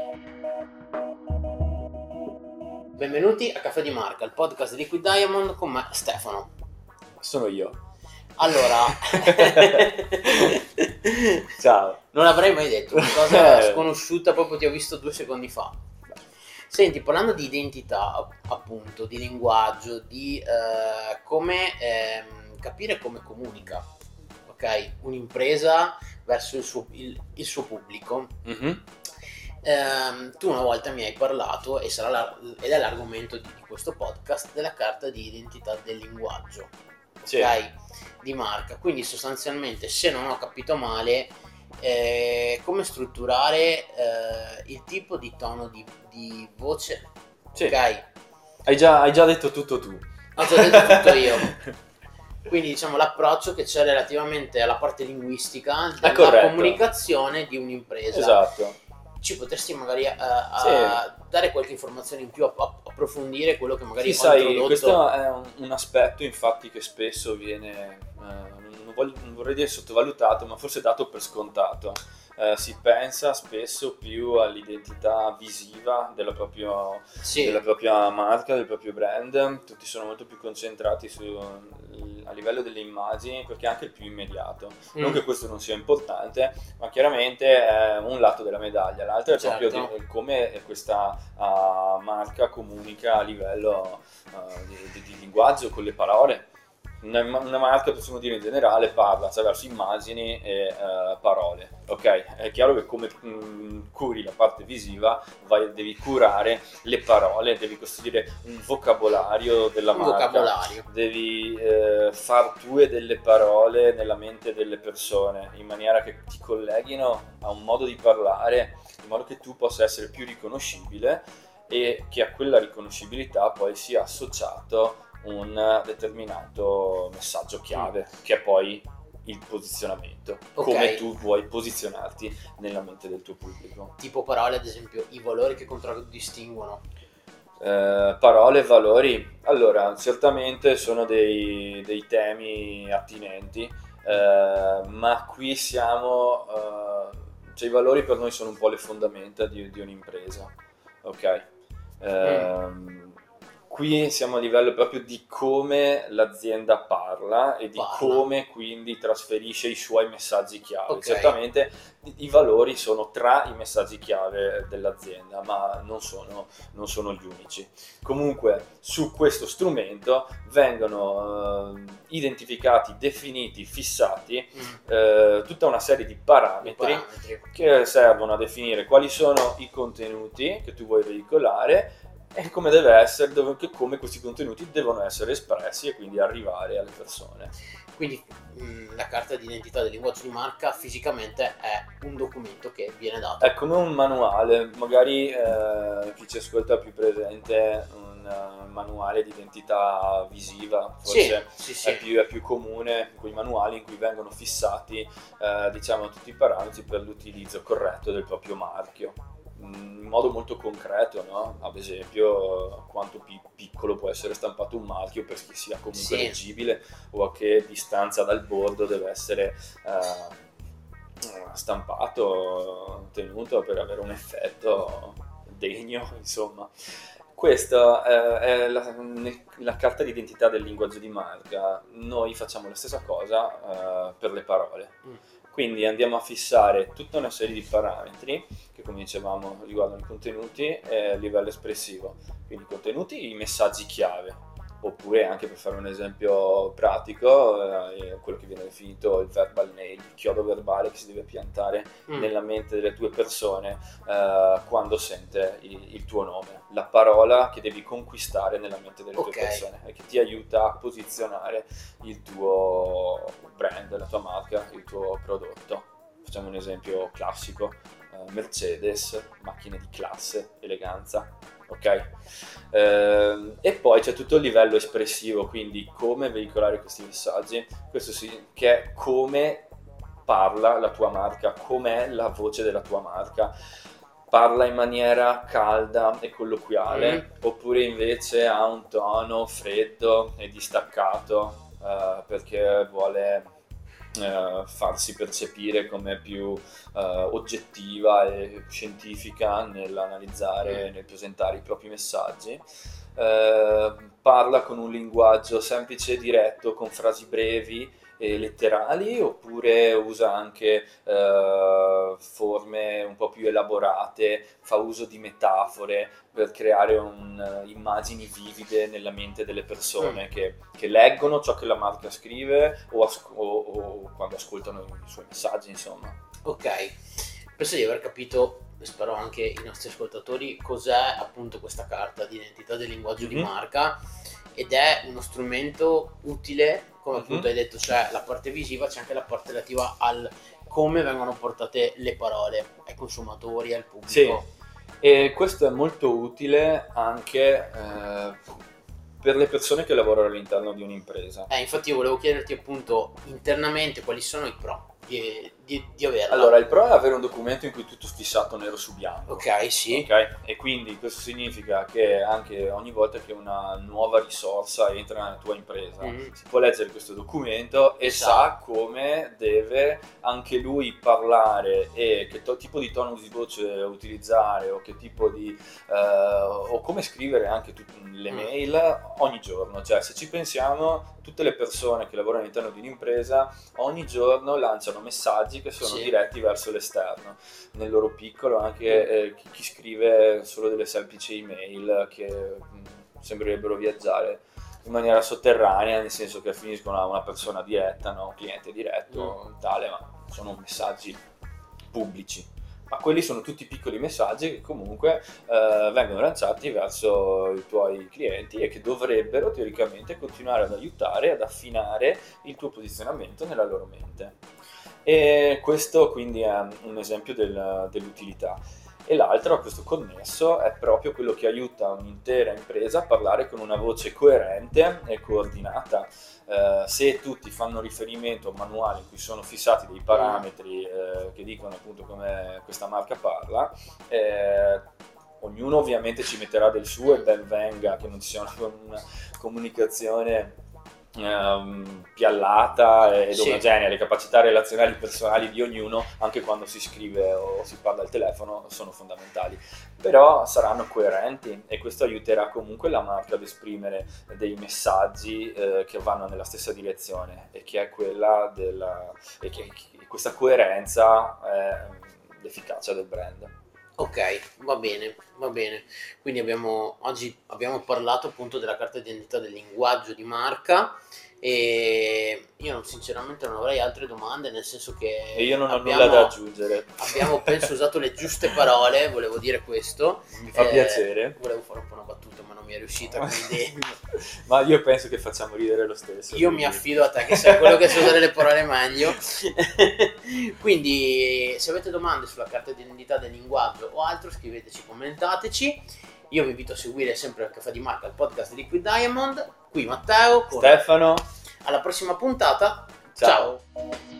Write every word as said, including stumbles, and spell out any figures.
Benvenuti a Caffè di Marca, il podcast di Liquid Diamond con me, Stefano. Sono io. Allora, ciao. Non avrei mai detto una cosa sconosciuta, proprio ti ho visto due secondi fa. Senti, parlando di identità, appunto, di linguaggio, di eh, come eh, capire come comunica, ok? Un'impresa verso il suo, il, il suo pubblico. Mm-hmm. Eh, tu una volta mi hai parlato, e sarà la, ed è l'argomento di, di questo podcast, della carta di identità del linguaggio, sì. Ok? Di marca. Quindi sostanzialmente, se non ho capito male, eh, come strutturare eh, il tipo di tono di, di voce. Sì. Ok? Hai già, hai già detto tutto tu. Ho già detto tutto io. Quindi diciamo l'approccio che c'è relativamente alla parte linguistica della comunicazione di un'impresa. Esatto. Ci potresti magari uh, uh, sì. dare qualche informazione in più, a, a approfondire quello che magari sì, ho sai, introdotto? Questo è un, un aspetto infatti che spesso viene, uh, non, voglio, non vorrei dire sottovalutato, ma forse dato per scontato. Uh, si pensa spesso più all'identità visiva della, proprio, sì. della propria marca, del proprio brand. Tutti sono molto più concentrati su, a livello delle immagini, perché è anche il più immediato. Mm. Non che questo non sia importante, ma chiaramente è un lato della medaglia. L'altro è certo. proprio di, come questa uh, marca comunica a livello uh, di, di, di linguaggio, con le parole. Una, una marca, possiamo dire in generale, parla attraverso immagini e uh, parole. Ok, è chiaro che come mh, curi la parte visiva, vai, devi curare le parole, devi costruire un vocabolario della un marca, vocabolario. devi eh, far tue delle parole nella mente delle persone, in maniera che ti colleghino a un modo di parlare, in modo che tu possa essere più riconoscibile e che a quella riconoscibilità poi sia associato un determinato messaggio chiave, mm. che è poi il posizionamento, okay. Come tu vuoi posizionarti nella mente del tuo pubblico. Tipo parole, ad esempio, i valori che contraddistinguono. Eh, parole e valori, allora certamente sono dei, dei temi attinenti, eh, ma qui siamo, eh, cioè i valori per noi sono un po' le fondamenta di, di un'impresa, ok? Eh, mm. Qui siamo a livello proprio di come l'azienda parla e di parla. Come quindi trasferisce i suoi messaggi chiave. Okay. Certamente i valori sono tra i messaggi chiave dell'azienda, ma non sono, non sono gli unici. Comunque su questo strumento vengono eh, identificati, definiti, fissati mm. eh, tutta una serie di parametri, parametri che servono a definire quali sono i contenuti che tu vuoi veicolare e come deve essere, dove, che come questi contenuti devono essere espressi e quindi arrivare alle persone. Quindi mh, la carta di identità del linguaggio di marca fisicamente è un documento che viene dato. È come un manuale, magari eh, chi ci ascolta ha più presente un uh, manuale di identità visiva, forse sì, sì, sì. È, più, è più comune quei manuali in cui vengono fissati eh, diciamo tutti i parametri per l'utilizzo corretto del proprio marchio. In modo molto concreto, no? Ad esempio quanto pi- piccolo può essere stampato un marchio perché sia comunque sì. leggibile, o a che distanza dal bordo deve essere eh, stampato, tenuto per avere un effetto degno, insomma. Questa eh, è la, la carta d'identità del linguaggio di marca. Noi facciamo la stessa cosa eh, per le parole. Mm. Quindi andiamo a fissare tutta una serie di parametri che, come dicevamo, riguardano i contenuti e a livello espressivo. Quindi i contenuti, i messaggi chiave, oppure anche, per fare un esempio pratico, eh, quello che viene definito il verbal nail, il chiodo verbale che si deve piantare mm. nella mente delle tue persone eh, quando sente il, il tuo nome, la parola che devi conquistare nella mente delle okay. tue persone e che ti aiuta a posizionare il tuo brand, la tua marca, il tuo prodotto. Facciamo un esempio classico, eh, Mercedes, macchine di classe, eleganza, ok? Eh, e poi c'è tutto il livello espressivo, quindi come veicolare questi messaggi, questo sì, che è come parla la tua marca, com'è la voce della tua marca. Parla in maniera calda e colloquiale, mm. oppure invece ha un tono freddo e distaccato, eh, perché vuole eh, farsi percepire come più eh, oggettiva e scientifica nell'analizzare e nel presentare i propri messaggi. Eh, parla con un linguaggio semplice e diretto, con frasi brevi e letterali, oppure usa anche eh, forme un po' più elaborate, fa uso di metafore per creare un, immagini vivide nella mente delle persone mm. che, che leggono ciò che la marca scrive o, asco- o, o quando ascoltano i suoi messaggi, insomma. Ok, penso di aver capito, spero anche i nostri ascoltatori, cos'è appunto questa carta di identità del linguaggio mm-hmm. di marca, ed è uno strumento utile, come mm-hmm. appunto hai detto, cioè la parte visiva, c'è anche la parte relativa al come vengono portate le parole ai consumatori, al pubblico. Sì. E questo è molto utile anche eh, per le persone che lavorano all'interno di un'impresa. Eh, infatti io volevo chiederti appunto internamente quali sono i pro di, di, di averla. Allora, il pro è avere un documento in cui tutto fissato nero su bianco. Ok, sì. Okay? E quindi questo significa che anche ogni volta che una nuova risorsa entra nella tua impresa, mm-hmm. si può leggere questo documento e esatto. sa come deve anche lui parlare e che to- tipo di tono di voce utilizzare o che tipo di uh, o come scrivere anche tut- le mm. mail ogni giorno. Cioè, se ci pensiamo, tutte le persone che lavorano all'interno di un'impresa ogni giorno lanciano messaggi che sono sì. diretti verso l'esterno, nel loro piccolo anche eh, chi, chi scrive solo delle semplici email che mh, sembrerebbero viaggiare in maniera sotterranea, nel senso che finiscono a una persona diretta, no? Un cliente diretto, mm. tale, ma sono messaggi pubblici. Ma quelli sono tutti piccoli messaggi che comunque eh, vengono lanciati verso i tuoi clienti e che dovrebbero teoricamente continuare ad aiutare ad affinare il tuo posizionamento nella loro mente. E questo quindi è un esempio del, dell'utilità. E l'altro, questo connesso, è proprio quello che aiuta un'intera impresa a parlare con una voce coerente e coordinata. Eh, se tutti fanno riferimento a un manuale in cui sono fissati dei parametri eh, che dicono appunto come questa marca parla, eh, ognuno ovviamente ci metterà del suo e ben venga che non ci sia una, una comunicazione Um, piallata ed sì. omogenea. Le capacità relazionali personali di ognuno, anche quando si scrive o si parla al telefono, sono fondamentali, però saranno coerenti e questo aiuterà comunque la marca ad esprimere dei messaggi eh, che vanno nella stessa direzione e che è quella della e che, che questa coerenza è l'efficacia del brand. Ok, va bene, va bene. Quindi abbiamo oggi abbiamo parlato appunto della carta d'identità del linguaggio di marca e io sinceramente non avrei altre domande, nel senso che e io non ho abbiamo, nulla da aggiungere. Abbiamo penso usato le giuste parole, volevo dire questo. Mi fa eh, piacere. Volevo fare un po' una battuta ma non mi è riuscita, quindi ma io penso che facciamo ridere lo stesso. Io quindi mi affido a te che sei quello che sa usare le parole meglio. Quindi se avete domande sulla carta d'identità del linguaggio o altro, scriveteci, commentateci. Io vi invito a seguire sempre il Caffè di Marca, il podcast di Liquid Diamond. Qui Matteo, con Stefano. Alla prossima puntata. Ciao. Ciao.